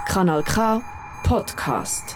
Kanal K Podcast.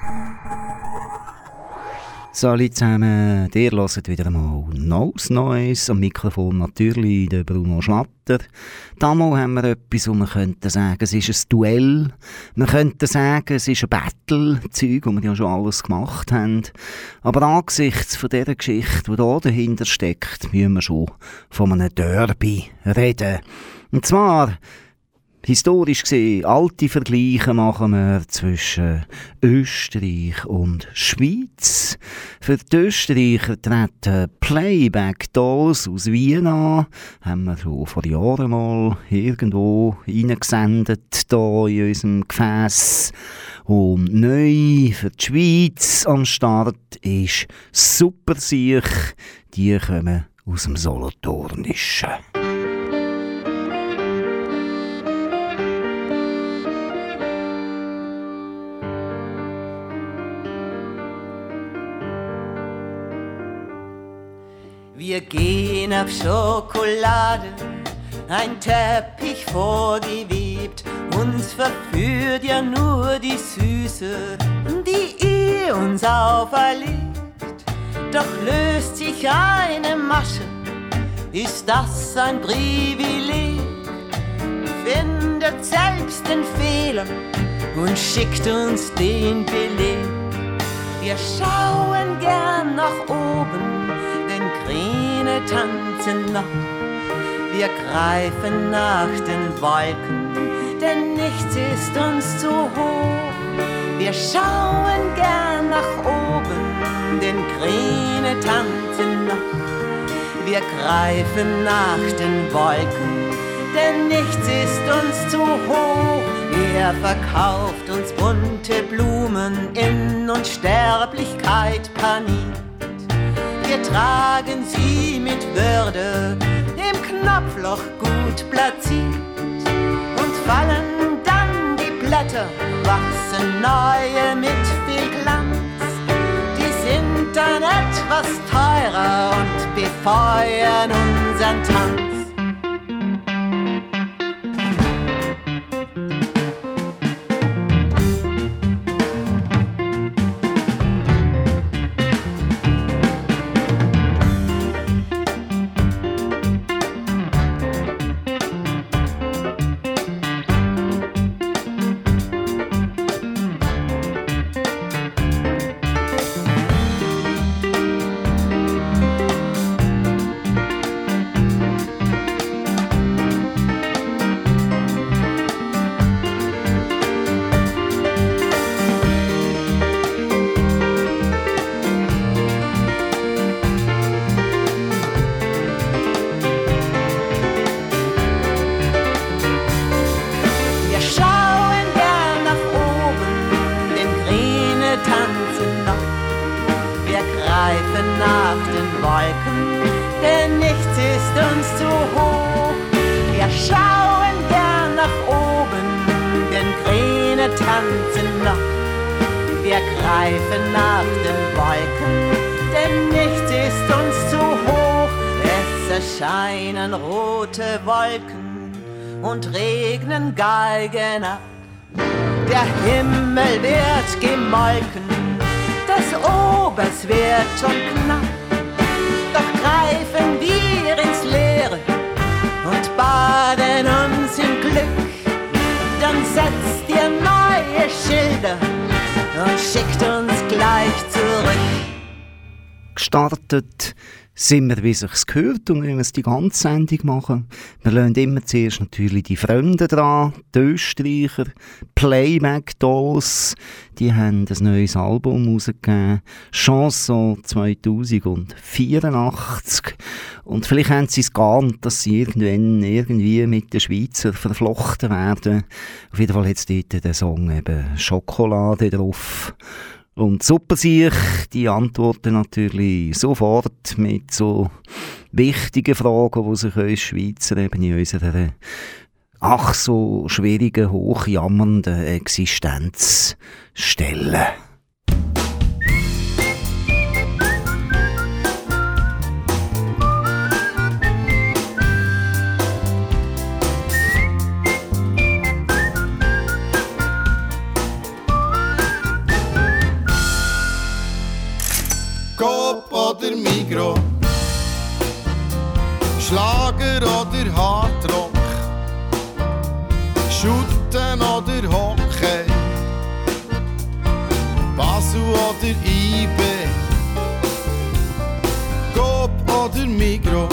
Salut zusammen, ihr hört wieder einmal Neues. Am Mikrofon natürlich der Bruno Schlatter. Damals haben wir etwas, wo wir könnten sagen, es ist ein Duell. Wir könnten sagen, es ist ein Battle, Zeug, wo wir ja schon alles gemacht haben. Aber angesichts von dieser Geschichte, die da dahinter steckt, müssen wir schon von einem Derby reden. Und zwar historisch gesehen, alte Vergleiche machen wir zwischen Österreich und Schweiz. Für die Österreicher treten Playback Dolls aus Wien an. Haben wir schon vor Jahren mal irgendwo reingesendet, hier in unserem Gefäss. Und neu für die Schweiz am Start ist Supersiech. Die kommen aus dem Solothurnischen. Wir gehen auf Schokolade, ein Teppich vorgewebt. Uns verführt ja nur die Süße, die ihr uns auferlegt. Doch löst sich eine Masche, ist das ein Privileg? Findet selbst den Fehler und schickt uns den Beleg. Wir schauen gern nach oben, Kräne tanzen noch, wir greifen nach den Wolken, denn nichts ist uns zu hoch. Wir schauen gern nach oben, denn Kräne tanzen noch, wir greifen nach den Wolken, denn nichts ist uns zu hoch. Er verkauft uns bunte Blumen in Unsterblichkeit paniert. Wir tragen sie mit Würde im Knopfloch gut platziert und fallen dann die Blätter, wachsen neue mit viel Glanz. Die sind dann etwas teurer und befeuern unseren Tanz. Scheinen rote Wolken und regnen Geigen ab. Der Himmel wird gemolken, das Obers wird schon knapp. Doch greifen wir ins Leere und baden uns im Glück. Dann setzt ihr neue Schilder und schickt uns gleich zurück. Gestartet sind wir, wie sich's gehört, und wenn wir die ganze Sendung machen. Wir lassen immer zuerst natürlich die Fremden dran, die Österreicher, Playback Dolls. Die haben ein neues Album rausgegeben, Chanson 2084. Und vielleicht haben sie es geahnt, dass sie irgendwann irgendwie mit den Schweizer verflochten werden. Auf jeden Fall hat es dort den Song eben Schokolade drauf. Und Supersiech, die antworten natürlich sofort mit so wichtigen Fragen, die sich uns Schweizer eben in unserer ach so schwierigen, hochjammernden Existenz stellen. oder Migros, Schlager oder Hardrock, Schutten oder Hockey, Basel oder IB, Coop oder Migros,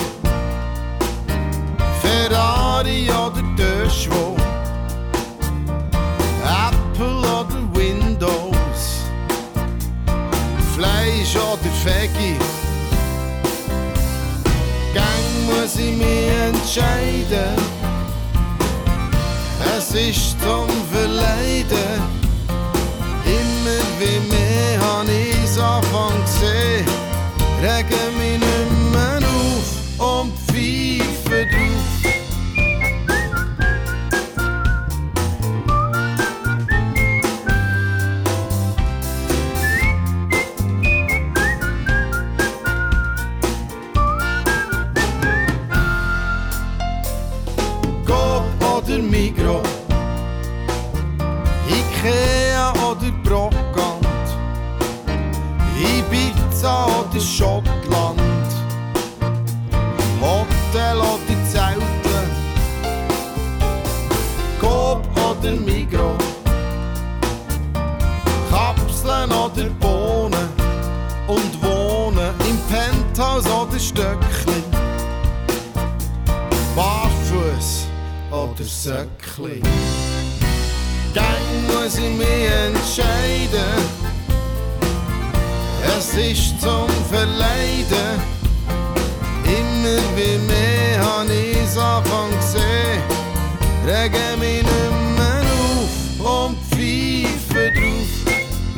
Ferrari oder Döschwo, Apple oder Windows, Fleisch oder Veggie. Gang muss ich mich entscheiden, es ist zum Verleiden. Immer wie mehr hab ich's Anfang gesehen, rege mich nicht mehr auf und pfeife drauf. Migros, Ikea oder Brokant, Ibiza oder Schottland, Hotel oder Zelte, Coop oder Migros, Kapseln oder Bohnen und Wohnen im Penthouse oder Stöckli, barfuß oder Söckli. Gang muss ich mich entscheiden, es ist zum Verleiden. Immer wie mehr hab ich's Anfang gesehen, rege mich nicht mehr auf und pfeife drauf.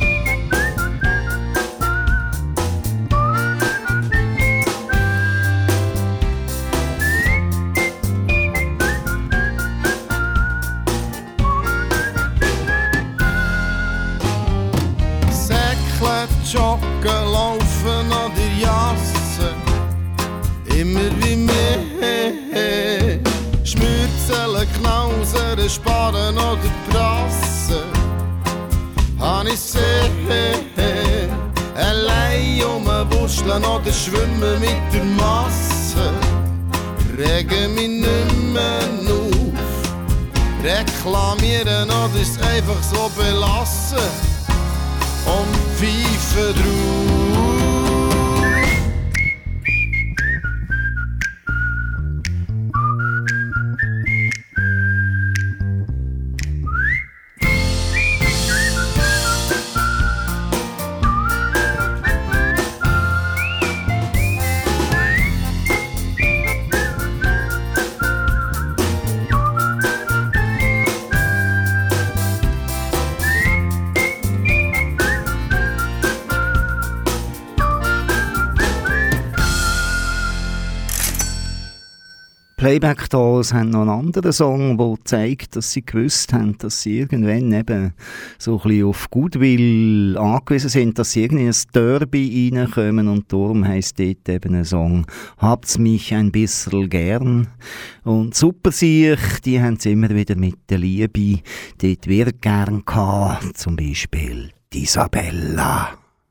Joggen, laufen an der Jasse, immer wie mehr. Schmürzelen, knausern, sparen oder prassen, han ich sehen. Allein rumwurschteln oder schwimmen mit der Masse, rege mich nicht mehr auf. Reklamieren oder es einfach so belassen und pfeife drauf. Playback Dolls haben noch einen anderen Song, der zeigt, dass sie gewusst haben, dass sie irgendwann eben so ein bisschen auf Goodwill angewiesen sind, dass sie irgendwie in ein Derby reinkommen, und darum heisst dort eben ein Song «Habt's mich ein bisschen gern». Und super sich, die haben es immer wieder mit der Liebe dort wieder gern gehabt, zum Beispiel die Isabella.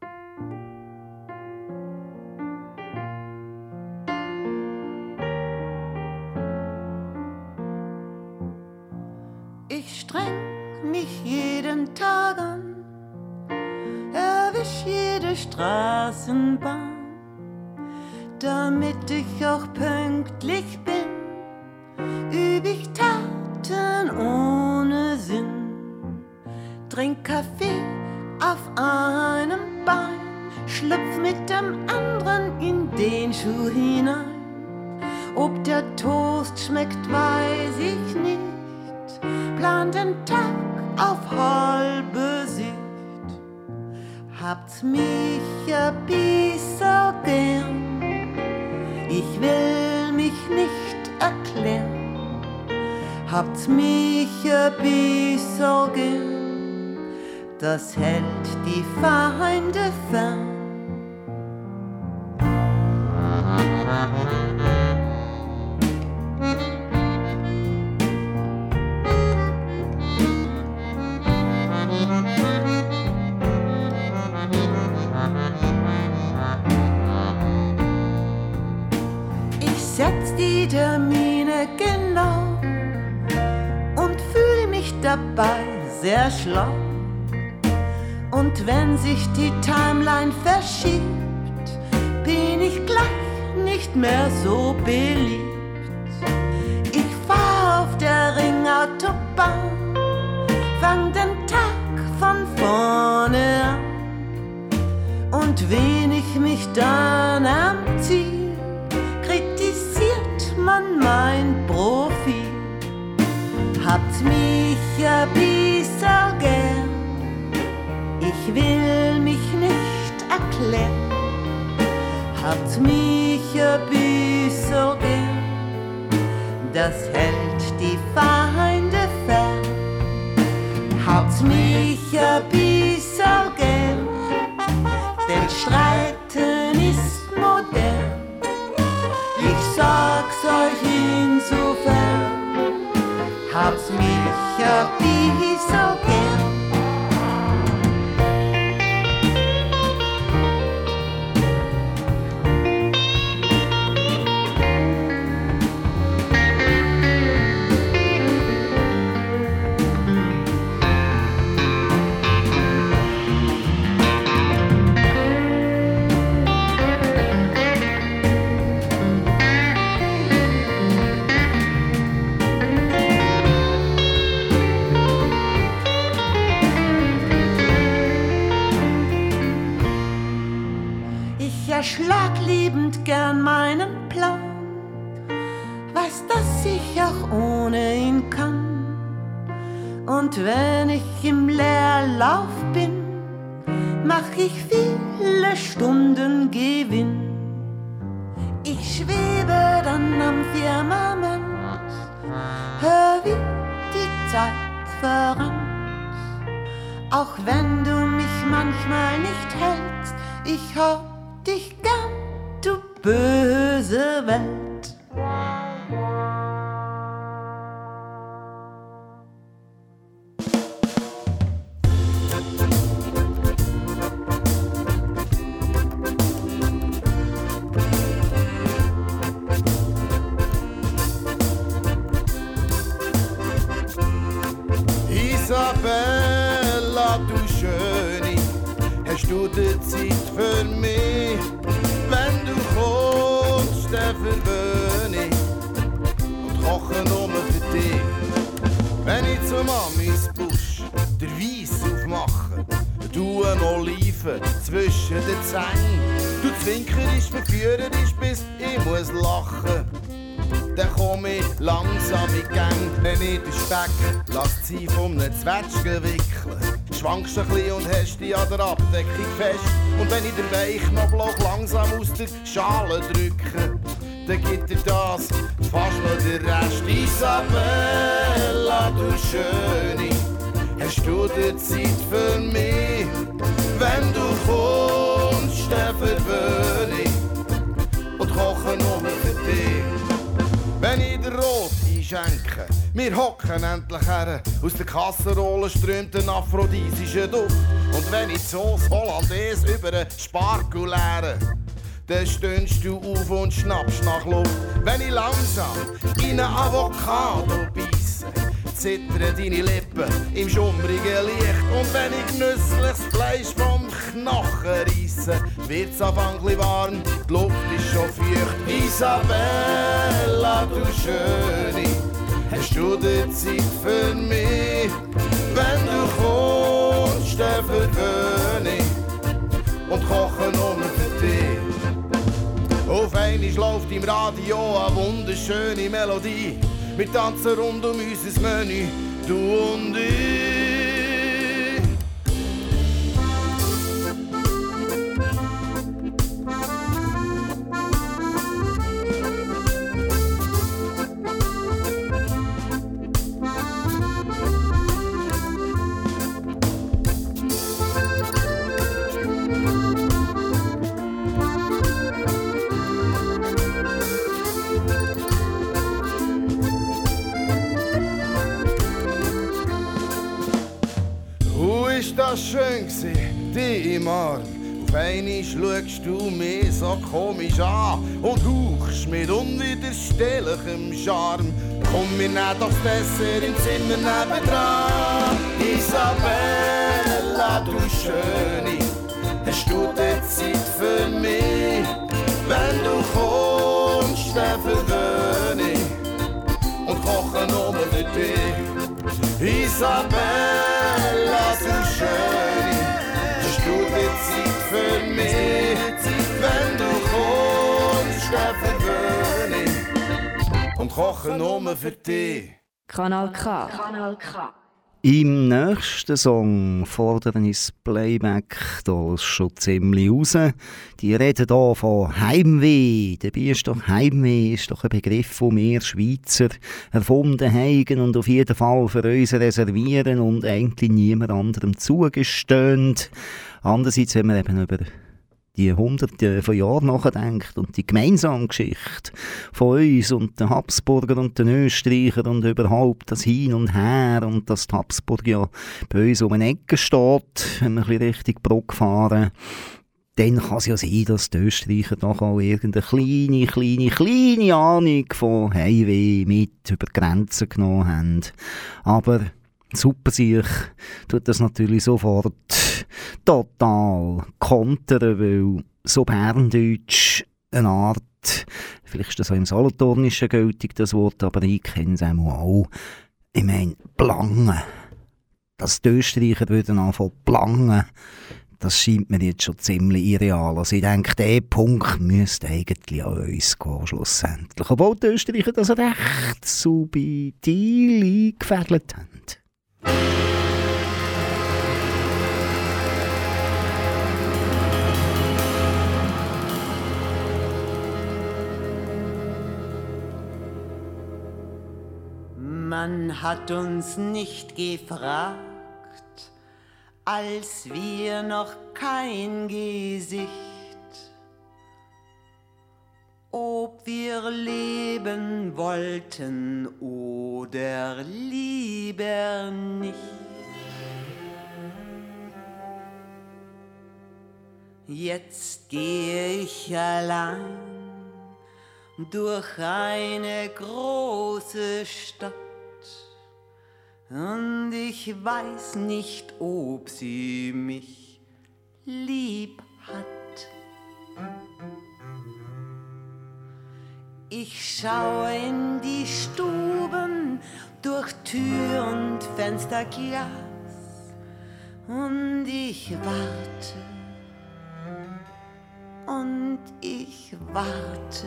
Ich streng mich jeden Tag an, erwisch jede Straßenbahn, damit ich auch pünktlich bin, üb ich Taten ohne Sinn. Trink Kaffee auf einem Bein, schlüpf mit dem anderen in den Schuh hinein. Ob der Toast schmeckt, weiß ich nicht. Plan den Tag auf halbe Sicht. Habt's mich ein bisschen gern, ich will mich nicht erklären. Habt's mich ein bisschen gern, das hält die Feinde fern. dabei sehr schlau. Und wenn sich die Timeline verschiebt, bin ich gleich nicht mehr so beliebt. Ich fahr auf der Ringautobahn, fang den Tag von vorne an. Und wen ich mich dann am Ziel, kritisiert man mein Profil. Habt mich ein bisschen gern, ich will mich nicht erklären. Habt mich ein bisschen gern, das hält die Feinde fern. Habt mich ein bisschen gern, denn Streiten ist modern. Ich sag's euch insofern, habt's mich ein bisschen gern. Schlag liebend gern meinen Plan, weiß, dass ich auch ohne ihn kann. Und wenn ich im Leerlauf bin, mach ich viele Stunden Gewinn. Ich schwebe dann am Firmament, hör wie die Zeit verrannt. Auch wenn du mich manchmal nicht hältst, ich hab dich gern, du böse Welt. Isabella, du Schöne, hast du die Zeit für mich? Wenn du kommst, dann verwöhne ich und koche nur für dich. Wenn ich zum Amis Busch der Weiss aufmache, du eine Olive zwischen den Zähnen, du zwinkerisch, verführerisch bist, ich muss lachen. Dann komm ich langsam in die Gang, wenn ich den Speck lass sie von einem Zwetschgen wickeln. Schwankst ein bisschen und hast dich an der Abdeckung fest. Und wenn ich den Weichknoblauch langsam aus der Schale drücke, dann gibt dir das fast noch den Rest. Isabella, du Schöne, hast du die Zeit für mich? Wenn du kommst, dann verwöhne ich und koche nur für dich. Wenn ich den Rot einschenke, wir hocken endlich her, aus der Kasserole strömt ein aphrodisischer Duft. Und wenn ich die Sauce Hollandaise über den Spargel leere, dann stöhnst du auf und schnappst nach Luft. Wenn ich langsam in eine Avocado beisse, zittern deine Lippen im schummrigen Licht. Und wenn ich genüssliches Fleisch vom Knochen reisse, wird's anfänglich warm, die Luft ist schon feucht. Isabella, du Schöne, hast du die Zeit für mich? Wenn du kommst, dann verwöhne ich und koche nur für dich. Auf einmal läuft im Radio eine wunderschöne Melodie. Wir tanzen rund um unser Menü, du und ich. Ist das schön gsi, dich im Arm? Auf einmal schaust du mich so komisch an und hauchst mit unwiderstehlichem Charme. Komm, wir nehmen doch's besser im Zimmer nebendran. Isabella, du Schöne, hast du die Zeit für mich? Wenn du kommst, dann verwöhne ich und koche nur für dich. Isabella, du Schöne, hast du die Zeit für mich? Wenn du kommst, dann verwöhne ich und koche nur für dich. Kanal K. Kanal K. Im nächsten Song fordern ins Playback da schon ziemlich raus. Die reden hier von Heimweh. Dabei ist doch Heimweh ist doch ein Begriff, den wir Schweizer erfunden haben und auf jeden Fall für uns reservieren und eigentlich niemand anderem zugestehen. Andererseits, wenn man eben über die Hunderte von Jahren nachdenkt und die gemeinsame Geschichte von uns und den Habsburger und den Österreicher und überhaupt das Hin und Her und dass die Habsburg ja bei uns um eine Ecke steht, wenn wir ein bisschen Richtung Bruck fahren, dann kann es ja sein, dass die Österreicher doch auch irgendeine kleine Ahnung von Heimweh mit über die Grenzen genommen haben. Aber super sich tut das natürlich sofort total kontern, weil so Berndeutsch eine Art, vielleicht ist das auch im Solothurnischen gültig, das Wort, aber ich kenne es auch. Ich meine, Plangen. Dass die Österreicher würden anfangen plangen, das scheint mir jetzt schon ziemlich irreal. Also ich denke, der Punkt müsste eigentlich an uns gehen, schlussendlich. Obwohl die Österreicher das recht subtil gefährdet haben. Man hat uns nicht gefragt, als wir noch kein Gesicht, ob wir leben wollten oder lieber nicht. Jetzt gehe ich allein durch eine große Stadt. Und ich weiß nicht, ob sie mich lieb hat. Ich schaue in die Stuben durch Tür und Fensterglas und ich warte und ich warte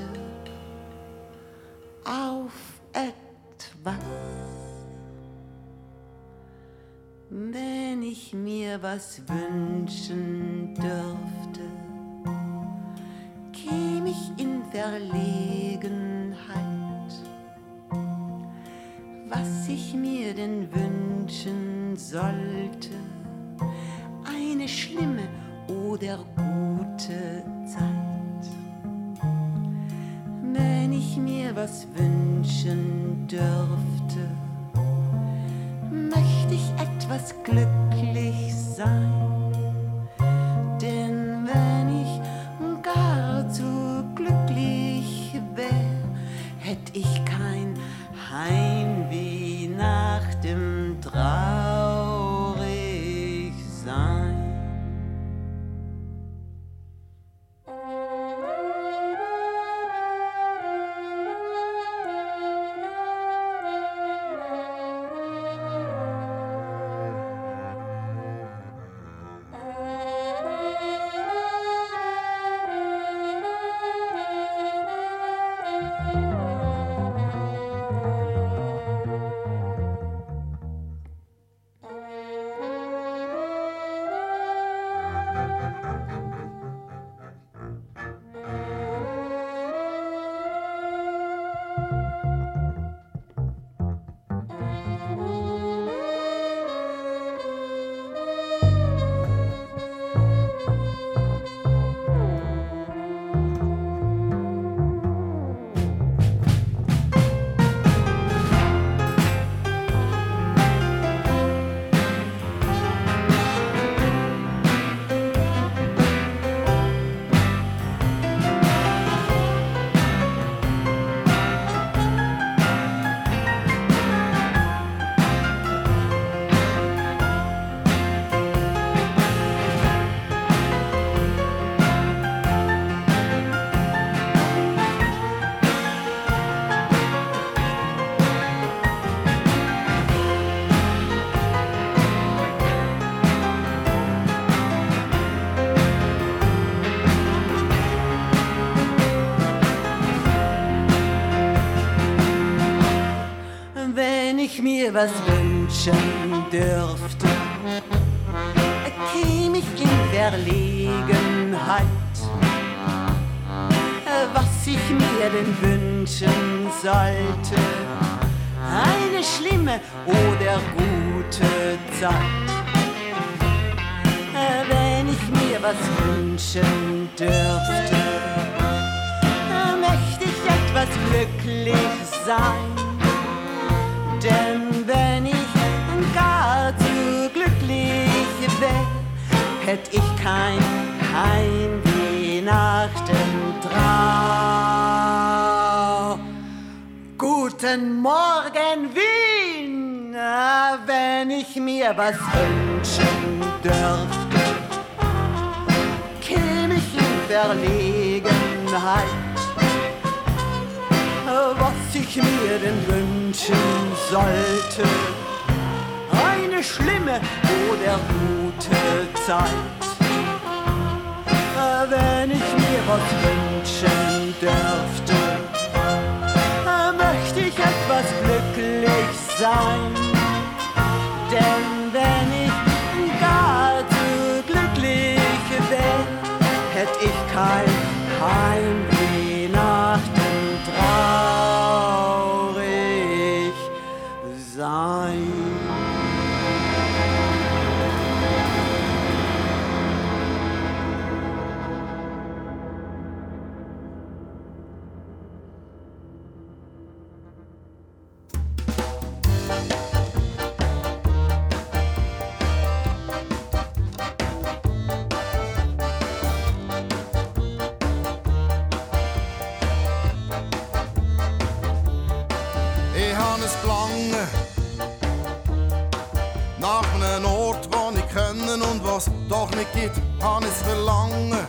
auf etwas. Wenn ich mir was wünschen dürfte, käme ich in Verlegenheit. Was ich mir denn wünschen sollte, eine schlimme oder gute Zeit. Wenn ich mir was wünschen dürfte, möchte ich etwas glücklich sein, denn wenn ich gar zu glücklich wär, hätt ich kein Heimweh nach dem Traurigsein. was wünschen dürfte, käme ich in Verlegenheit, was ich mir denn wünschen sollte. Eine schlimme oder gute Zeit. Wenn ich mir was wünschen dürfte, möchte ich etwas glücklich sein. Denn wenn ich gar zu glücklich wär, hätt ich kein Heimweh nach dem Trau. Guten Morgen, Wien! Wenn ich mir was wünschen dürfte, käme ich in Verlegenheit, was ich mir denn wünschen sollte. Eine schlimme oder gute Zeit. Wenn ich mir was wünschen dürfte, möchte ich etwas glücklich sein. Denn wenn ich gar zu glücklich wär, hätt ich kein Heimweh nach dem traurig sein. Nach einem Ort, wo ich können und was doch nicht gibt, habe ich Verlangen.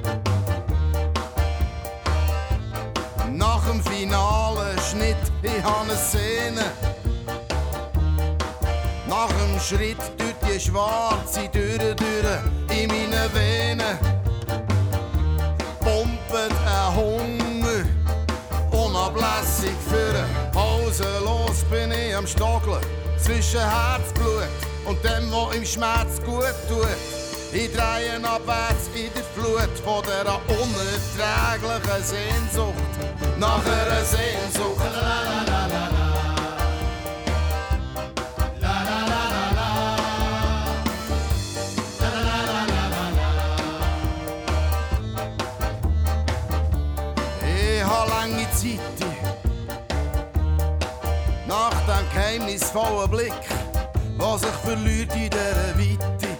Nach dem finalen Schnitt, ich habe eine Szene. Nach dem Schritt durch die schwarze Dürre in meinen Venen pumpet ein Hunger, unablässig für pausenlos bin ich am Stockeln. Zwischen Herzblut und dem, was im Schmerz gut tut. Ich drehe abwärts in der Flut von dieser unerträglichen Sehnsucht. Nach einer Sehnsucht. Ich habe lange Zeit nach dem geheimnisvollen Blick, was sich verliert in dieser Weite.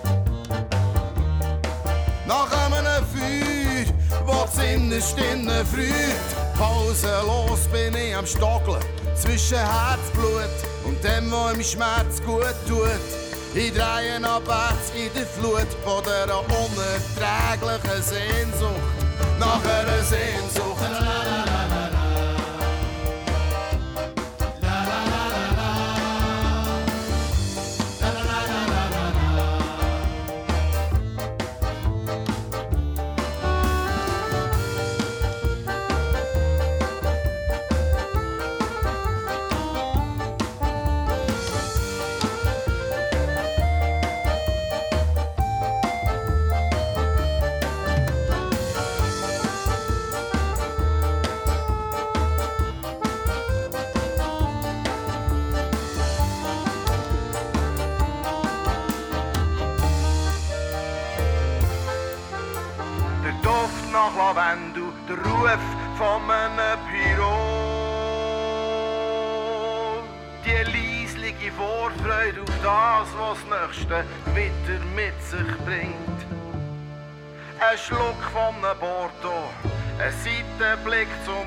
Nach einem Feuer, das das Innerste friert. Pausenlos bin ich am Stockeln zwischen Herzblut und dem, was im Schmerz gut tut. Ich drehe abwärts in der Flut von dieser unerträglichen Sehnsucht. Nach einer Sehnsucht. Lavendel, der Ruf von einem Pyro. Die leisliche Vorfreude auf das, was das nächste Gewitter mit sich bringt. Ein Schluck von einem Bordeaux, ein Seitenblick zum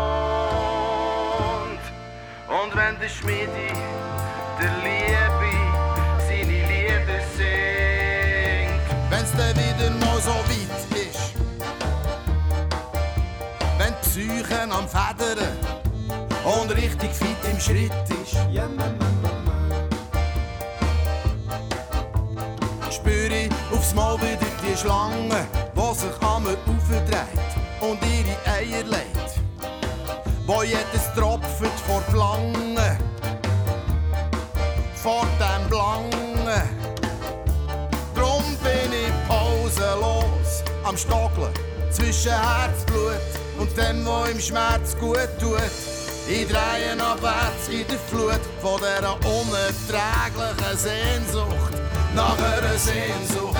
Mond. Und wenn der Schmiedi der Liebe seine Lieder singt. Wenn's dann wieder mal so weit ist, wenn die Psyche am Federn und richtig fit im Schritt ist. Spüre ich aufs Mal wieder die Schlange, die sich an mir aufdreht und ihre Eier legt, wo jedes tropft vor Flangen. vor dem Blangen. Drum bin ich pausenlos am Stockeln zwischen Herzblut und dem, was im Schmerz gut tut. Ich drehe abwärts in der Flut von dieser unerträglichen Sehnsucht nach einer Sehnsucht.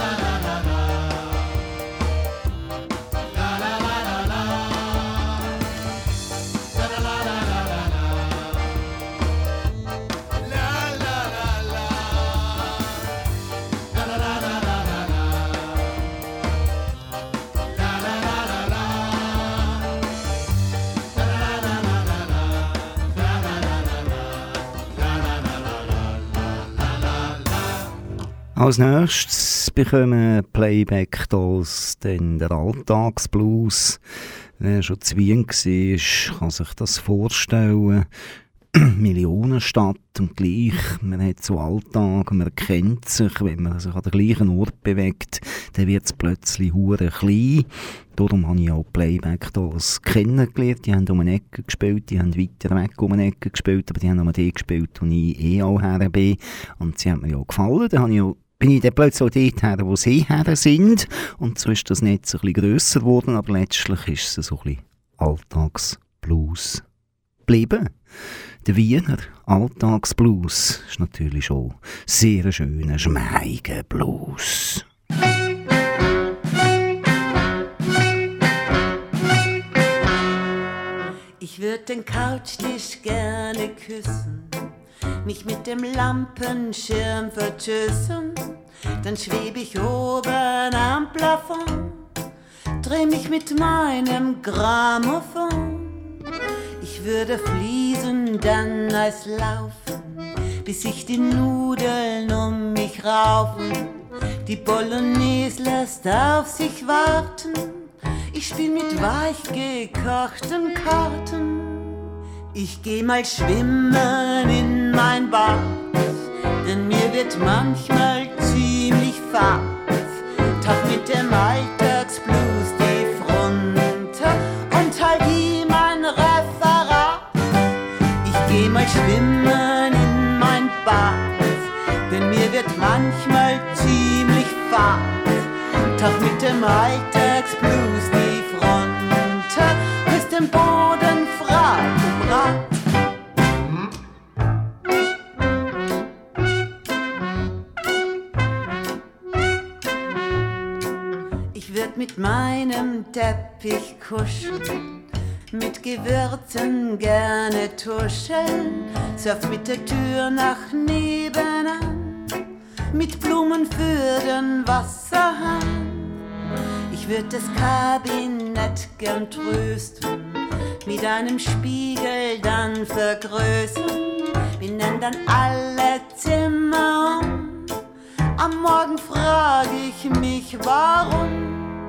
Als nächstes bekommen Playback-Dolls den Alltagsblues. Wer schon zu Wien war, kann sich das vorstellen. Millionenstadt und gleich, man hat so Alltag, man kennt sich, wenn man sich an den gleichen Ort bewegt, dann wird es plötzlich hure klein. Darum habe ich auch Playback-Dolls kennengelernt. Die haben um eine Ecke gespielt, die haben weiter weg um eine Ecke gespielt, aber die haben um die gespielt, wo ich auch her bin. Und sie haben mir ja gefallen. Dann habe ich auch bin ich dann plötzlich auch dort her, wo sie her sind. Und so ist das Netz ein bisschen grösser geworden, aber letztlich ist es so ein bisschen Alltagsblues geblieben. Der Wiener Alltagsblues ist natürlich schon sehr ein schöner, schmäiger Blues. Ich würd den Couchtisch gerne küssen, mich mit dem Lampenschirm vertüssen, dann schweb ich oben am Plafond, dreh mich mit meinem Grammophon. Ich würde fließen, dann als laufen, bis sich die Nudeln um mich raufen. Die Bolognese lässt auf sich warten, ich spiel mit weich gekochten Karten. Ich geh mal schwimmen in mein Bad, denn mir wird manchmal ziemlich fad. Tauch mit dem Alltagsblues tief runter und halt ihm ein Referat. Ich geh mal schwimmen in mein Bad, denn mir wird manchmal ziemlich fad. Tauch mit dem Alltagsblues tief runter, bis den Boden frei um Rat. Ich würd mit meinem Teppich kuscheln, mit Gewürzen gerne tuscheln, surf mit der Tür nach nebenan, mit Blumen für den Wasserhahn. Ich würd das Kabinett gern trösten, mit einem Spiegel dann vergrößern. Wir nennen dann alle Zimmer um. Am Morgen frag ich mich, warum.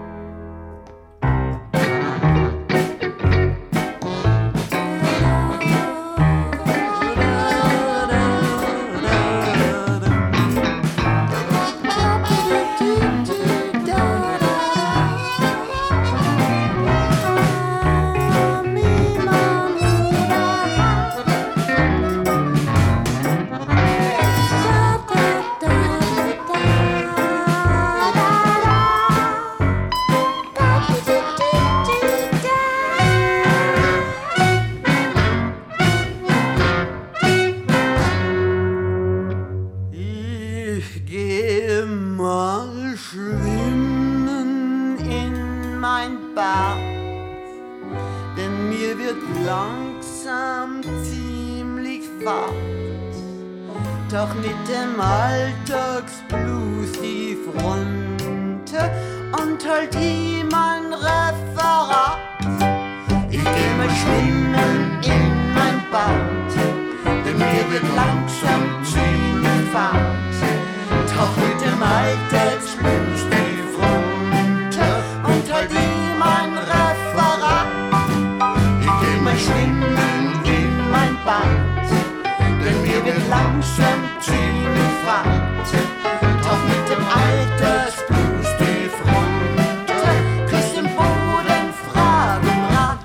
Doch mit dem Alltagsblues tief runter und halt ihm ein Referat. Ich geh mal schwimmen in mein Bad, denn mir wird langsam ziemlich fad. Tauch mit dem Alltagsblues tief runter und halt ihm ein Referat. Ich geh mal schwimmen in mein Bad, denn mir wird langsam ziemlich fad. Tauch mit dem Alltagsblues tief runter, küss den Boden, frag um Rat.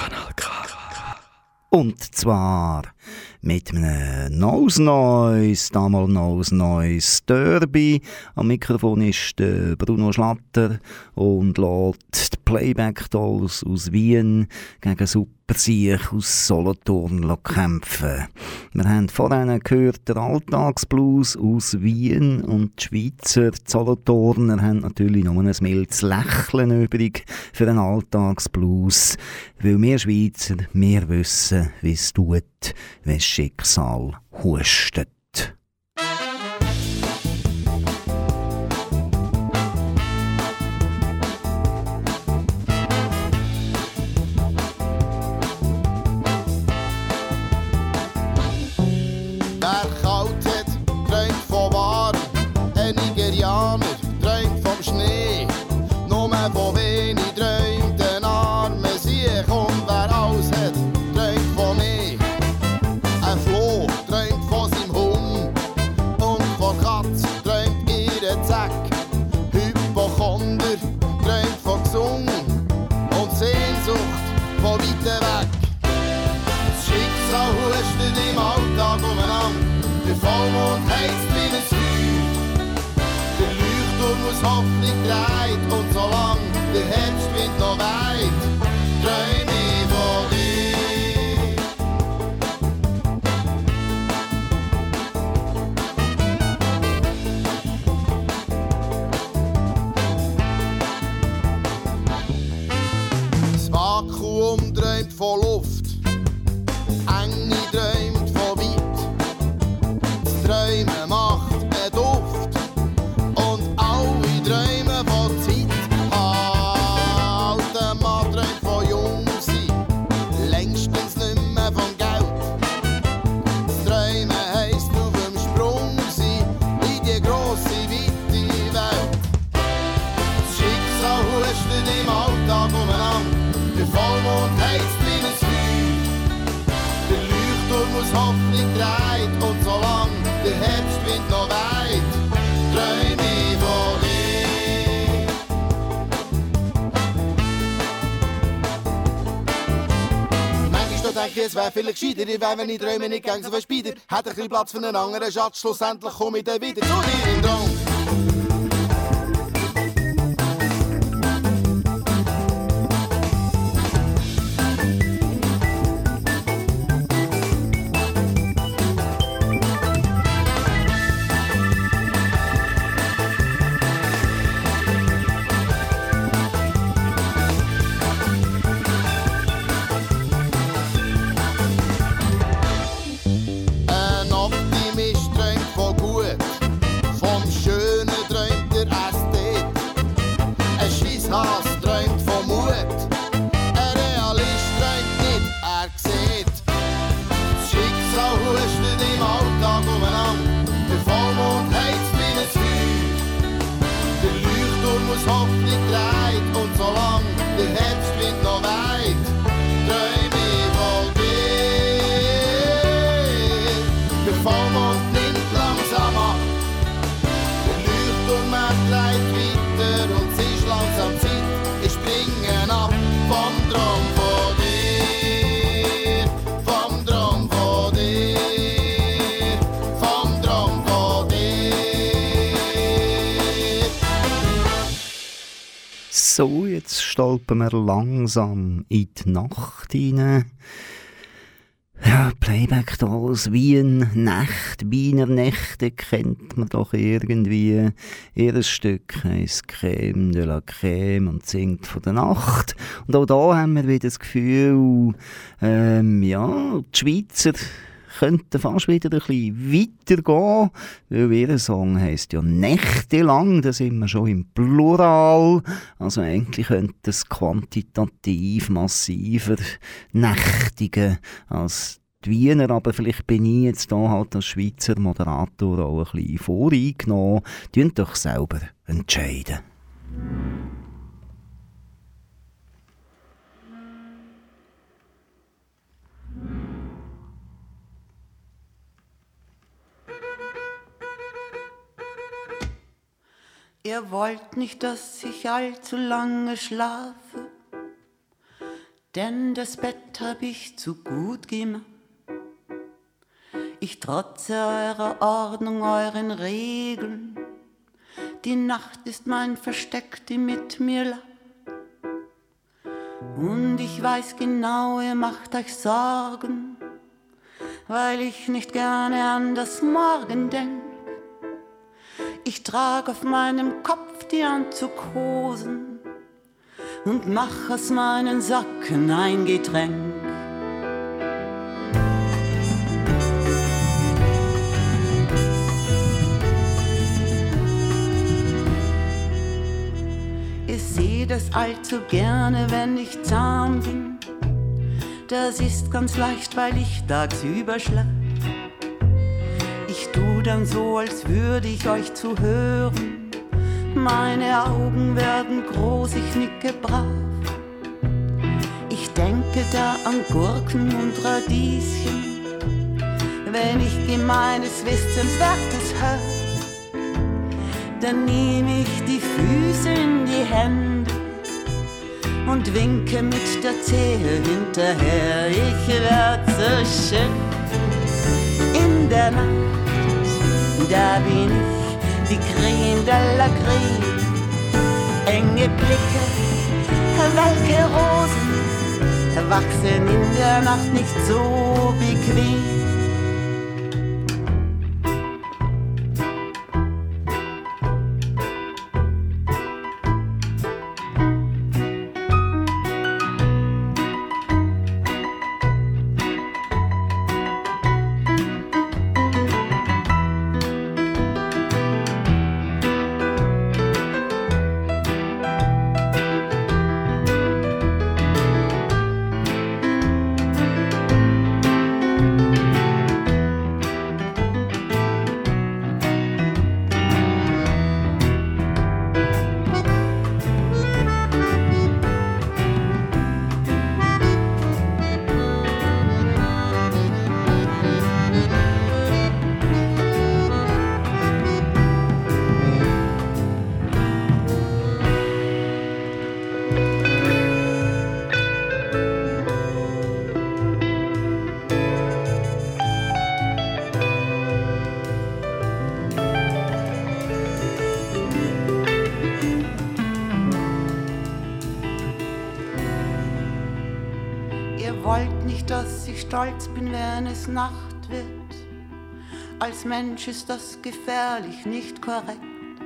Kanal K. Und zwar mit einem Neues, damals Neues Derby. Am Mikrofon ist Bruno Schlatter und lässt die Playback Dolls aus Wien gegen Supersieg aus Solothurn kämpfen. Wir haben vorhin gehört, der Alltagsblues aus Wien und die Schweizer Solothurner haben natürlich noch ein mildes Lächeln übrig für den Alltagsblues, weil wir Schweizer, wir wissen, wie es tut, wenn das Schicksal hustet. Vollmond heisst wie ein Feuer. Der Leuchtturm muss Hoffnung treibt. Und solange der Herbstwind noch weht, träum ich von dir. Das Vakuum träumt von Luft, Enge träumt von Weit. Träumen macht einen Duft und alle träumen von Zeit. Alter Mann träumt von jung sein, längstens nicht mehr von Geld. Das Träumen heisst auf dem Sprung sein in die grosse, weite Welt. Das Schicksal hustet im Alltag umeinander, der Vollmond heisst wie ein Feuer. Der Leuchtturm muss Hoffnung treibt und solange der Herbstwind noch weit, träum ich von dir. Manchmal denke ich, es wäre vielleicht gescheiter, ich wäre, wenn ich träume, nicht gäng so verspeider. Hätte ein bisschen Platz für einen anderen Schatz, schlussendlich komme ich dann wieder zu dir im Traum. So, jetzt stolpern wir langsam in die Nacht hinein. Ja, Playback Dolls, Wien, Wiener Nächte kennt man doch irgendwie. Ihr Stück heisst Crème de la Crème und singt von der Nacht. Und auch da haben wir wieder das Gefühl, die Schweizer könnten fast wieder ein bisschen weitergehen, weil ihr Song heisst ja «Nächtelang», da sind wir schon im Plural, also eigentlich könnte es quantitativ massiver nächtigen als die Wiener, aber vielleicht bin ich jetzt da halt als Schweizer Moderator auch ein bisschen voreingenommen. Tönt doch selber entscheiden. Ihr wollt nicht, dass ich allzu lange schlafe, denn das Bett hab ich zu gut gemacht. Ich trotze eurer Ordnung, euren Regeln. Die Nacht ist mein Versteck, die mit mir lacht. Und ich weiß genau, ihr macht euch Sorgen, weil ich nicht gerne an das Morgen denk. Ich trag auf meinem Kopf die Anzughosen und mach aus meinen Socken ein Getränk. Ich seh das allzu gerne, wenn ich zahm bin. Das ist ganz leicht, weil ich tagsüber schlaf. Ich tu dann so, als würde ich euch zuhören. Meine Augen werden groß, ich nicke brav. Ich denke da an Gurken und Radieschen, wenn ich gemeines Wissenswertes hör. Dann nehm ich die Füße in die Hände und winke mit der Zehe hinterher. Ich werd so schön in der Nacht, da bin ich die Creme de la Creme. Enge Blicke, welke Rosen wachsen in der Nacht nicht so bequem. Dass ich stolz bin, wenn es Nacht wird. Als Mensch ist das gefährlich, nicht korrekt.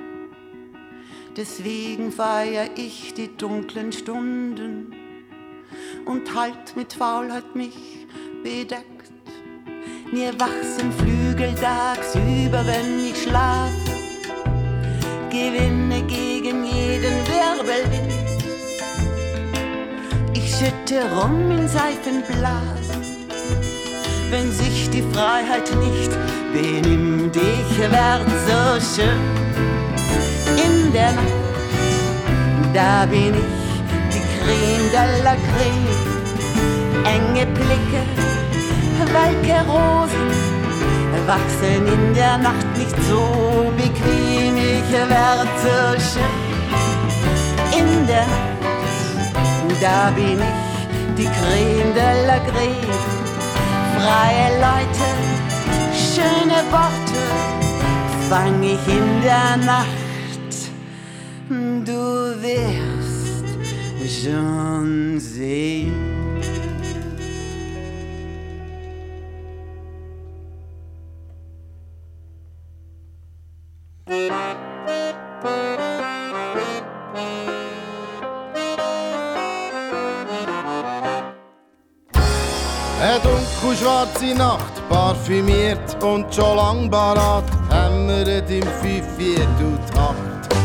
Deswegen feier ich die dunklen Stunden und halt mit Faulheit mich bedeckt. Mir wachsen Flügel tagsüber, wenn ich schlafe, gewinne gegen jeden Wirbelwind. Ich schütte rum in Seifenblasen, wenn sich die Freiheit nicht benimmt. Ich werd so schön in der Nacht, da bin ich die Creme de la Creme. Enge Blicke, welke Rosen wachsen in der Nacht nicht so bequem. Ich werd so schön in der Nacht, da bin ich die Creme de la Creme. Freie Leute, schöne Worte fang ich in der Nacht. Du wirst schon sehen. Eine dunkelschwarze Nacht, parfümiert und schon lang parat, hämmert im 5/4-Takt.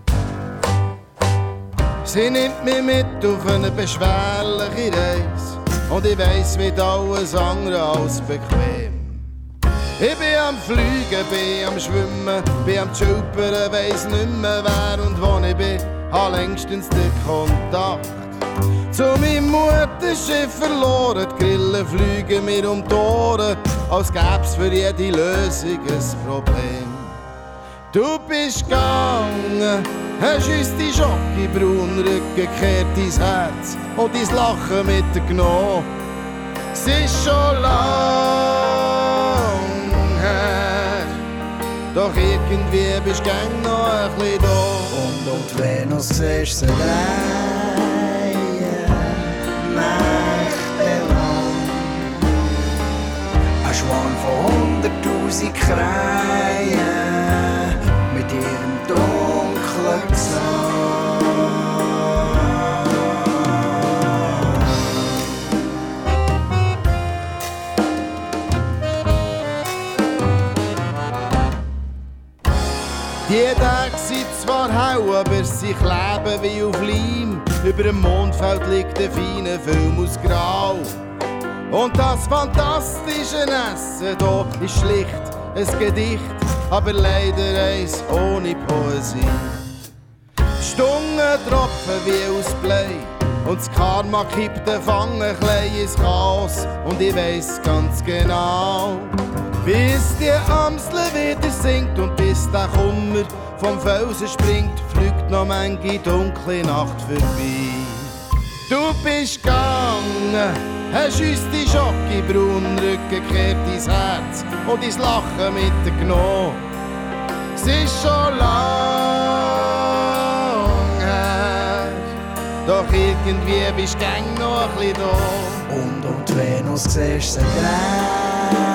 Sie nimmt mich mit auf eine beschwerliche Reise und ich weiss, wird alles andere als bequem. Ich bin am Fliegen, bin am Schwimmen, bin am Schulpern, weiss nicht mehr wer und wo ich bin, hab längstens den Kontakt zu meinem Mutterschiff verloren. Die Grillen fliegen mir um die Ohren, als gäb's für jede Lösung ein Problem. Du bist gegangen Hast uns die Schocke braun Rücken gekehrt ins Herz und dein Lachen mitgenommen. Es ist schon lang her, doch irgendwie bist du gern noch ein bisschen da. Und Venus siehst sie drehen, nächtelang. Ein Schwarm von 100.000 Krähen mit ihrem dunklen Gesang. Die Tage sind zwar hell, aber sie kleben wie auf Leim. Über dem Mondfeld liegt ein feiner Film aus Grau. Und das fantastische Essen hier ist schlicht ein Gedicht, aber leider eins ohne Poesie. Stungen tropfen wie aus Blei und das Karma kippt den Fang ein klein ins Chaos. Und ich weiss ganz genau, bis die Amsel wieder singt und bis der Kummer vom Felsen springt, fliegt noch manche dunkle Nacht vorbei. Du bist gegangen, hast uns die Schocke braun Rücken gekehrt ins Herz und dein Lachen mitgenommen. Es ist schon lang her, doch irgendwie bist du gern noch ein bisschen da. Und Venus siehst sie drehen,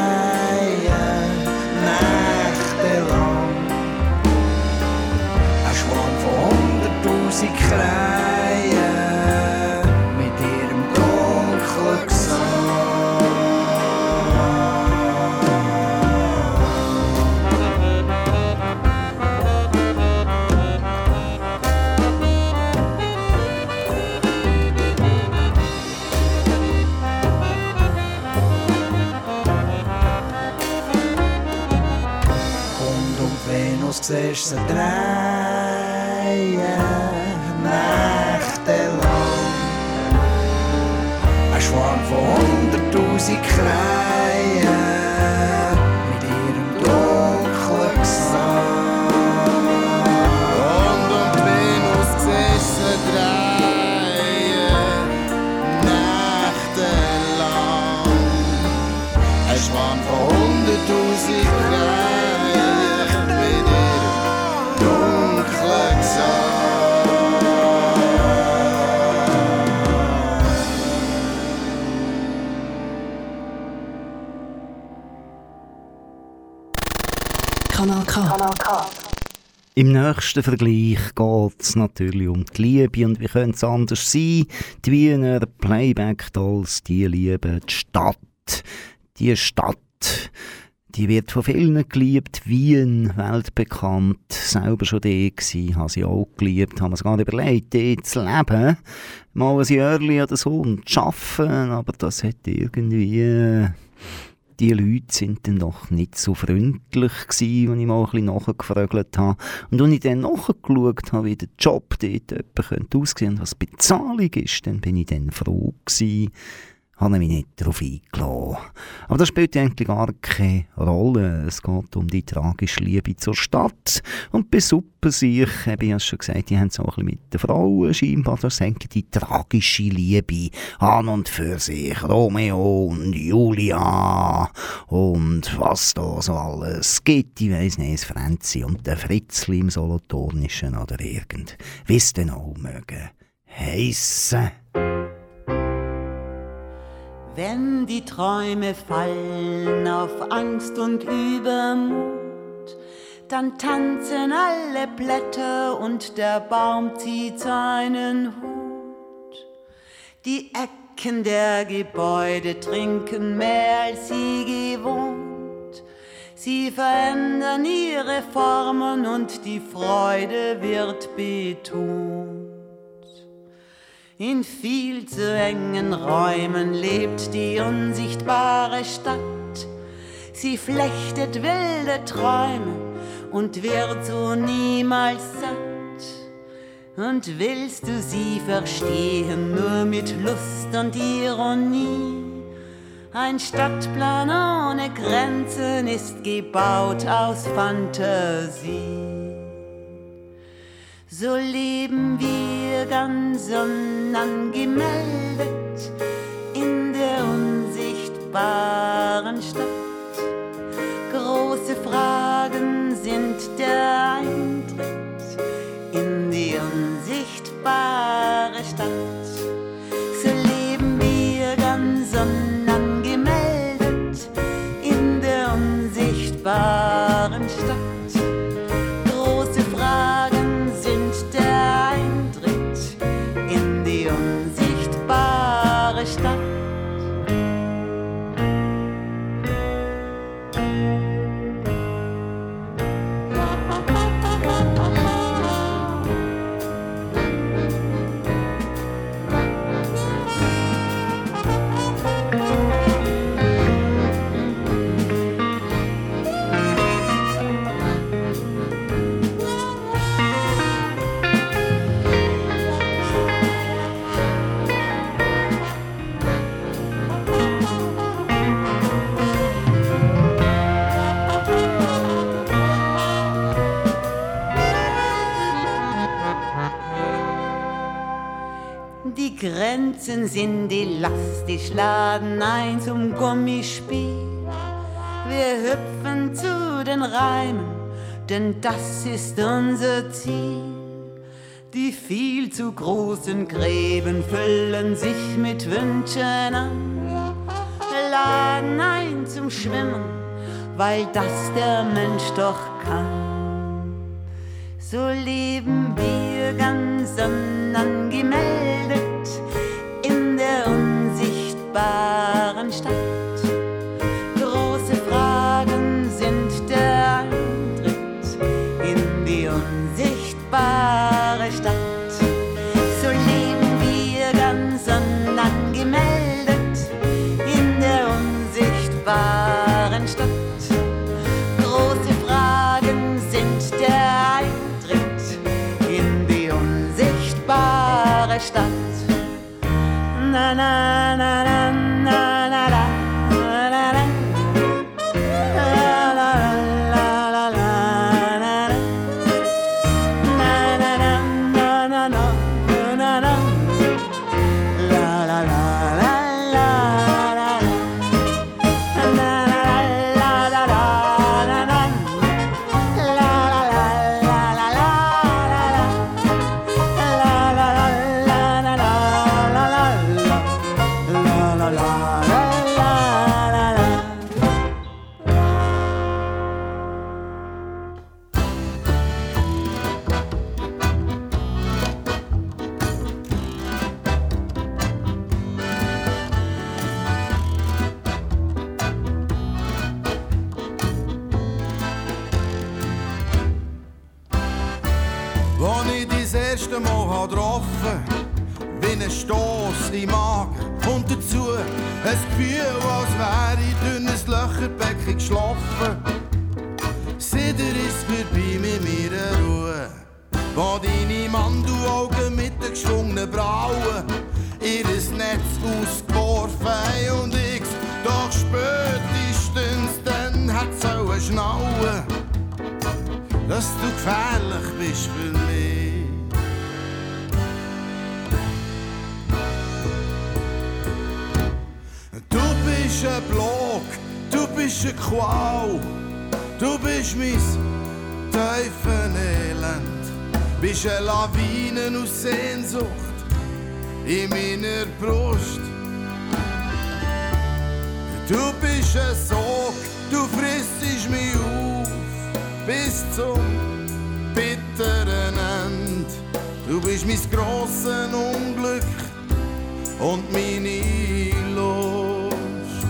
nächtelang. Ein Schwarm von 100.000 Krähen mit ihrem dunklen Gesang. Venus siehst sie drehen, nächtelang. Ein Schwarm von 100.000 Krähen mit ihrem dunklen Gesang. Und Venus siehst sie drehen, nächtelang. Ein Schwarm von 100.000 Krähen. Kanal K. Im nächsten Vergleich geht es natürlich um die Liebe und wie könnte es anders sein? Die Wiener Playback-Dolls, die lieben die Stadt. Die Stadt, die wird von vielen geliebt. Wien, weltbekannt, selber schon da gewesen, habe sie auch geliebt, haben wir es gar nicht überlegt, dort zu leben. Mal ein Jahrchen oder so und zu arbeiten, aber das hat irgendwie... Die Leute sind dann doch nicht so freundlich gewesen, als ich mal ein bisschen nachgefragt habe. Und als ich dann nachgeschaut habe, wie der Job dort aussehen könnte, was die Bezahlung ist, dann bin ich dann froh gewesen, habe mich nicht darauf eingelassen. Aber das spielt eigentlich gar keine Rolle. Es geht um die tragische Liebe zur Stadt. Und besuppen sich, habe ich ja schon gesagt, die haben es auch ein bisschen mit den Frauen scheinbar, das sind die tragische Liebe an und für sich. Romeo und Julia und was da so alles gibt. Ich weiss nicht, das Franzi und der Fritzli im Solothurnischen oder irgend, wie es denn auch mögen heissen. Wenn die Träume fallen auf Angst und Übermut, dann tanzen alle Blätter und der Baum zieht seinen Hut. Die Ecken der Gebäude trinken mehr als sie gewohnt. Sie verändern ihre Formen und die Freude wird betont. In viel zu engen Räumen lebt die unsichtbare Stadt. Sie flechtet wilde Träume und wird so niemals satt. Und willst du sie verstehen, nur mit Lust und Ironie? Ein Stadtplan ohne Grenzen ist gebaut aus Fantasie. So leben wir ganz unangemeldet in der unsichtbaren Stadt. Große Fragen sind der Eintritt in die unsichtbare Stadt. So leben wir ganz unangemeldet in der unsichtbaren Stadt. Große Fragen sind der Eintritt in die unsichtbare Stadt. Die Grenzen sind elastisch, laden ein zum Gummispiel. Wir hüpfen zu den Reimen, denn das ist unser Ziel. Die viel zu großen Gräben füllen sich mit Wünschen an, laden ein zum Schwimmen, weil das der Mensch doch kann. So leben wir ganz unangemeldet in der unsichtbaren Stadt. Große Fragen sind der Eintritt in die unsichtbare Stadt. So leben wir ganz unangemeldet in der unsichtbaren Stadt. Große Fragen sind der Eintritt in die unsichtbare Stadt. Na na na na na na na na na. Als ich dich das erste Mal getroffen habe, wie ein Stoss im Magen. Und dazu ein Gefühl, als wäre ich durch ein Löcherbecken geschlafen. Seitdem ist vorbei mit meiner Ruhe, wo deine Mandelaugen mit den geschwungenen Brauen ihr Netz ausgeworfen haben und ich doch spätestens dann hätte sollen schnallen, dass du gefährlich bist für mich. Du bist ein Block, du bist eine Qual, du bist mein Teufelelend, bist eine Lawine aus Sehnsucht in meiner Brust. Du bist ein Sog, du frissest mich auf bis zum bitteren Ende. Du bist mein grosses Unglück und meine Lust.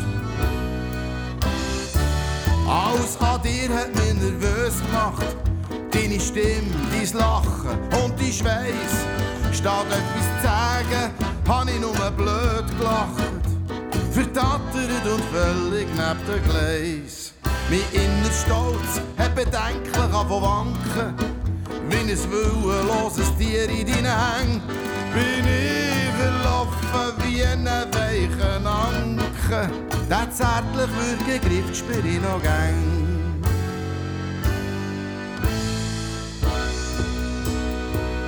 Alles an dir hat mich nervös gemacht. Deine Stimme, dein Lachen und dein Schweiß. Statt etwas zu sagen, hab ich nur blöd gelacht. Verdattert und völlig neben dem Gleis. Mein innerer Stolz hat bedenklich wanken. Wie ein willenloses Tier in deinen Hängen bin ich verlaufen wie ein weicher Anker. Der zärtlich würdige Griff spür ich noch gern.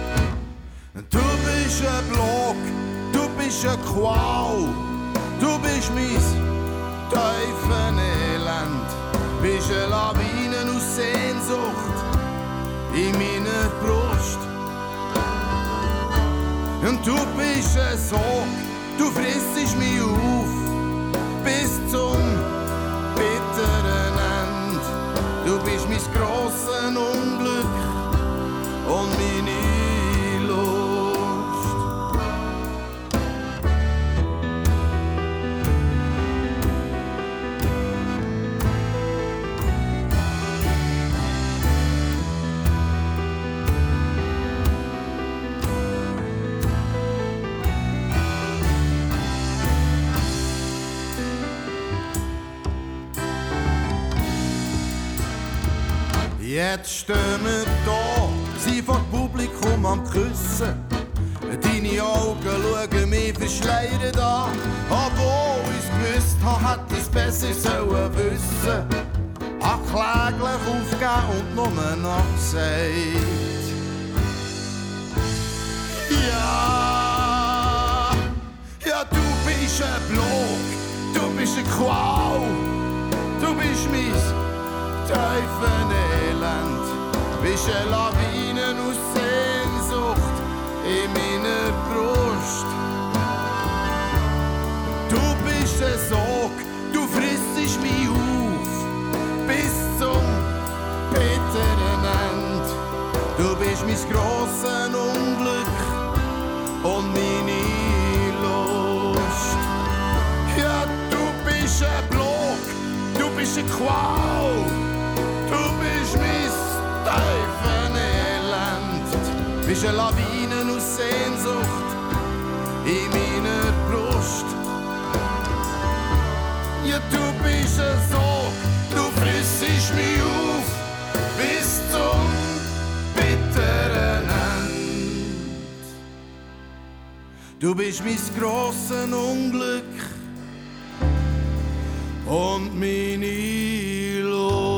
bist ein Block, du bist ein Qual, du bist mein Teufelelend, bist eine Lawine aus Sehnsucht in meiner Brust. Und du bist ein Sog, du frissest mich auf bis zum bitteren Ende. Du bist mein grosses Unglück und meine Lust. Jetzt stehen wir da, sind vor Publikum am Küssen. Deine Augen schauen mich verschleiert an. Obwohl ich's gewusst habe, hätte ich's besser sollen wissen. Hab kläglich aufgegeben und nur noch gesagt: Ja, ja, du bist ein Block, du bist eine Qual, du bist mein Teufelelend, bist eine Lawine aus Sehnsucht in meiner Brust. Du bist ein Sog, du frissest mich auf bis zum bitteren Ende. Du bist mein grosses Unglück und meine Lust. Ja, du bist ein Block, du bist eine Qual, du bist mein Teufelelend, bist eine Lawine aus Sehnsucht in meiner Brust. Ja, du bist ein Sog, du frissest mich auf bis zum bitteren Ende. Du bist mein grosses Unglück und meine Lust.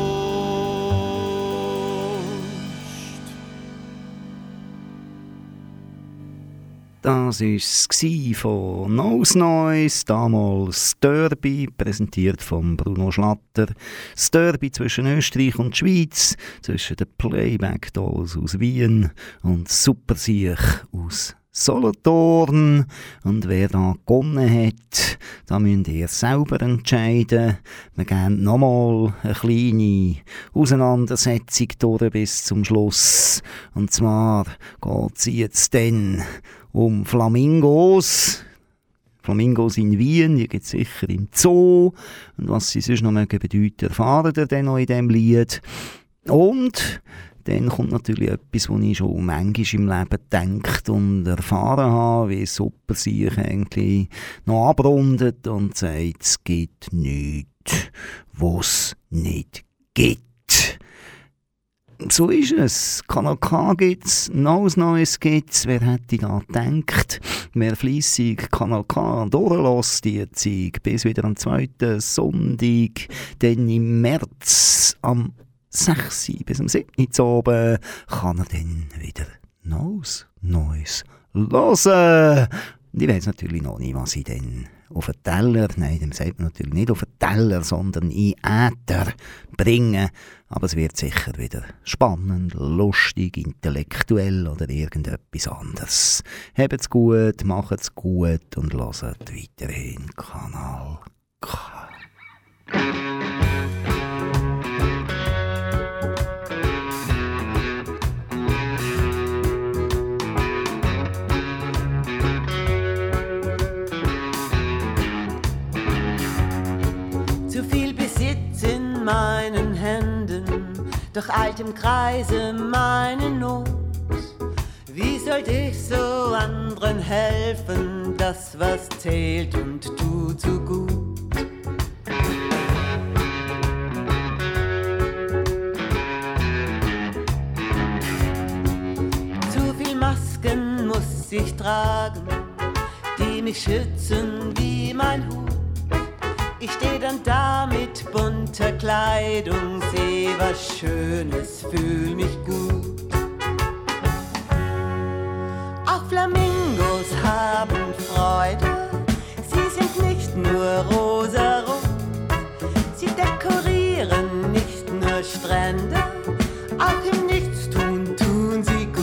Das war es von Nose Noise, damals Derby, präsentiert von Bruno Schlatter. Das Derby zwischen Österreich und Schweiz, zwischen den Playback Dolls aus Wien und Supersiech aus Solothurn. Und wer da gewonnen hat, da müsst ihr selber entscheiden. Wir geben nochmal eine kleine Auseinandersetzung durch bis zum Schluss. Und zwar geht es jetzt dann um Flamingos. Flamingos in Wien, die gibt es sicher im Zoo. Und was sie sonst noch bedeuten, erfahren ihr dann noch in diesem Lied. Und dann kommt natürlich etwas, was ich schon manchmal im Leben gedacht und erfahren habe, wie super sich eigentlich noch abrundet und sagt, es gibt nichts, was es nicht gibt. So ist es. Kanal K gibt es, Nose Noise gibt es. Wer hätte da gedacht? Wer fleissig Kanal K durchlässt, die Zeit bis wieder am 2. Sonntag, dann im März am 6 bis am 7 oben kann er dann wieder Nose Noise hören. Und ich weiss natürlich noch nicht, was ich dann auf den Teller, nein, dem sagt man natürlich nicht auf den Teller, sondern in Äther bringen. Aber es wird sicher wieder spannend, lustig, intellektuell oder irgendetwas anderes. Habt's gut, macht's gut und hört weiterhin Kanal K. Zu viel Besitz in meinen Händen, doch eilt im Kreise meine Not. Wie sollte ich so anderen helfen, das was zählt und tut so gut? Zu viel Masken muss ich tragen, die mich schützen wie mein Hut. Ich steh dann da mit bunter Kleidung, seh was Schönes, fühl mich gut. Auch Flamingos haben Freude, sie sind nicht nur rosarot, sie dekorieren nicht nur Strände, auch im Nichtstun tun sie gut.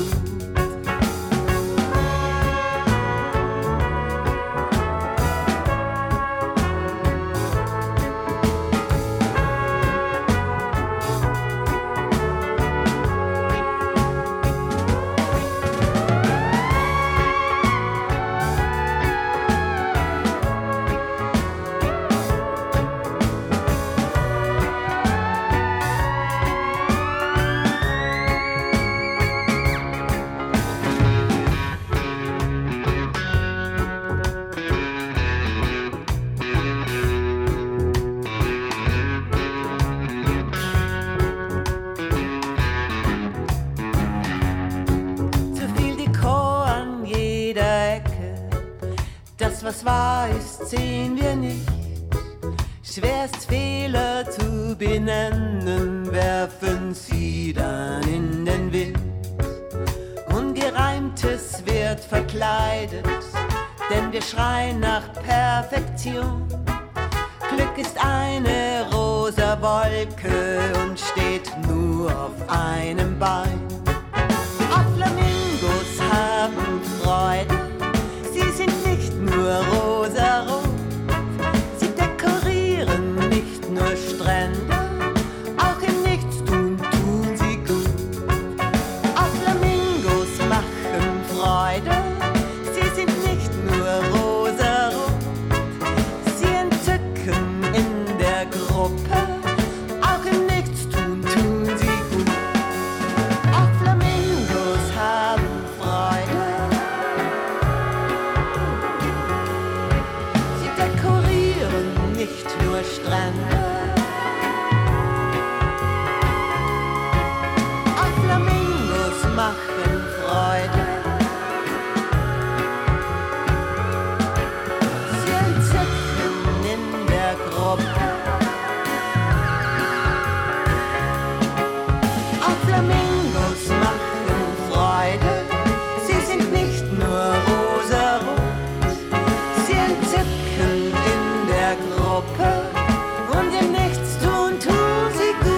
Was wahr ist, sehen wir nicht. Schwerst Fehler zu benennen, werfen sie dann in den Wind. Ungereimtes wird verkleidet, denn wir schreien nach Perfektion. Glück ist eine rosa Wolke und steht nur auf einem Bein. Auch Flamingos haben Freude, sie sind nicht nur rosarot, sie dekorieren nicht nur Strände, auch im Nichtstun tun sie gut. Auch Flamingos machen Freude, sie sind nicht nur rosarot, sie entzücken in der Gruppe, auch im Nichtstun tun sie gut. Auch Flamingos haben Freude, nicht nur Strände. Auch Flamingos machen Freude. Sie entzücken in der Gruppe. Auch Flamingos machen Freude. Sie sind nicht nur rosarot. Sie entzücken in der Gruppe und im Nichtstun tun sie gut.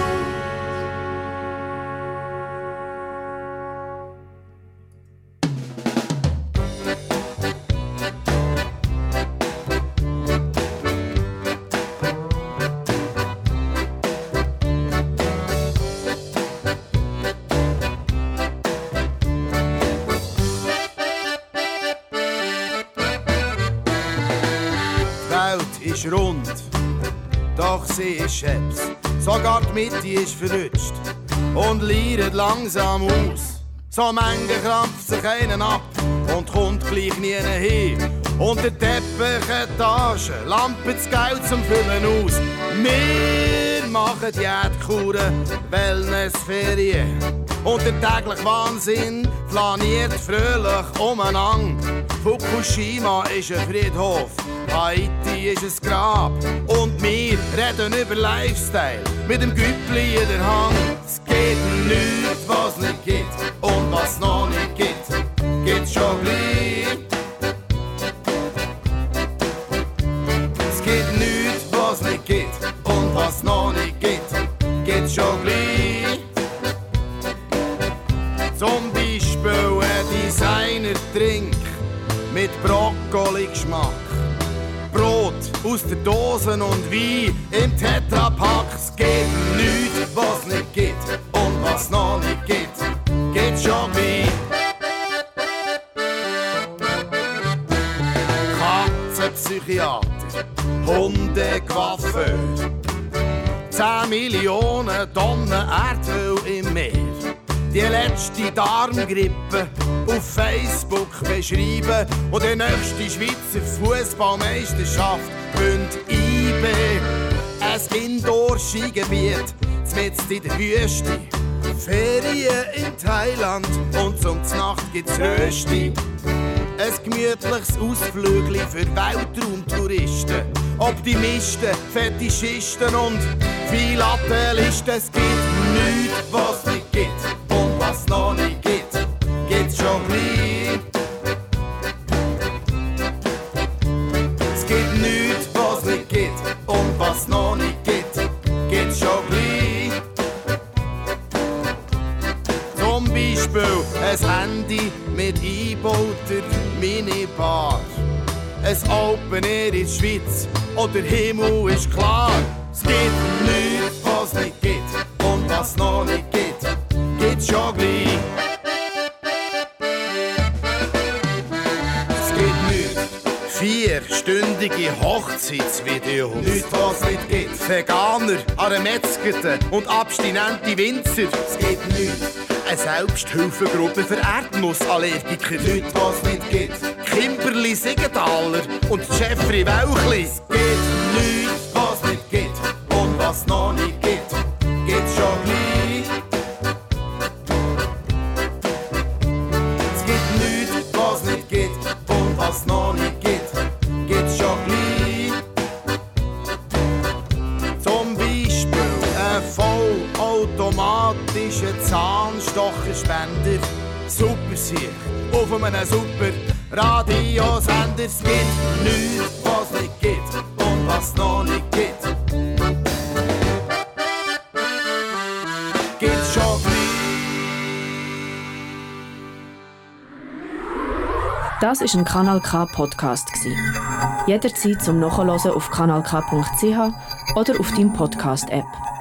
Ist rund, doch sie ist scheps. Sogar die Mitte ist verrutscht und leidet langsam aus. So manche krampft sich einen ab und kommt gleich nie hin. Unter Teppichetage lampen das Geld zum Füllen aus. Wir machen Diätkuren, Wellnessferien und der tägliche Wahnsinn flaniert fröhlich umeinander. Fukushima ist ein Friedhof, Haiti ist ein Grab und wir reden über Lifestyle mit dem Güppli in der Hand. Es geht nichts, was nicht gibt und was noch nicht gibt, gibt's schon gleich. Es gibt nichts, was nicht gibt und was noch nicht gibt, gibt's schon gleich. Zum Beispiel ein Designer-Trink mit Brokkoli-Geschmack. Brot aus der Dose und Wein im Tetrapack. Es gibt nichts, was nicht gibt und was noch nicht gibt, gibt's schon Wein. Katzenpsychiater, Hundecoiffeur, 10 Millionen Tonnen Erdöl im Meer. Die letzte Darmgrippe auf Facebook beschreiben und die nächste Schweizer Fußballmeisterschaft gewinnt IB. Ein Indoor-Skigebiet mitten in der Wüste. Ferien in Thailand und zum Nacht gibt's Rösti. Ein gemütliches Ausflügli für Weltraumtouristen, Optimisten, Fetischisten und Philatelisten. Es gibt nichts, was nicht gibt und was noch nicht gibt, gibt's schon gleich. gibt nichts, was nicht gibt. Und was noch nicht gibt, gibt's schon gleich. Zum Beispiel ein Handy mit eingebauter Minibar. Ein Open Air in der Schweiz oder Himmel ist klar. Es gibt nichts, was nicht gibt. Und was noch nicht gibt, gibt's schon gleich. Es gibt nichts. 4-stündige Hochzeitsvideos. Nichts, was nicht gibt. Veganer, Aremetzgete und abstinente Winzer. Es gibt nichts. Eine Selbsthilfegruppe für Erdnussallergiker. Nichts, was nicht gibt. Kimberly Siegenthaler und Jeffrey Welchli. Es gibt nichts, was nicht gibt. Und was noch nicht gibt, gibt's schon gleich. Es gibt nichts, was nicht gibt. Und was noch nicht gibt, gibt's schon gleich. Zum Beispiel ein vollautomatischer Zahnstocherspender. Super sicher, auf einem super Radiosender. Es gibt nichts, was nicht gibt und was noch nicht gibt, gibt's schon gleich. Das war ein Kanal K Podcast. Jederzeit zum Nachhören auf kanalk.ch oder auf deinem Podcast-App.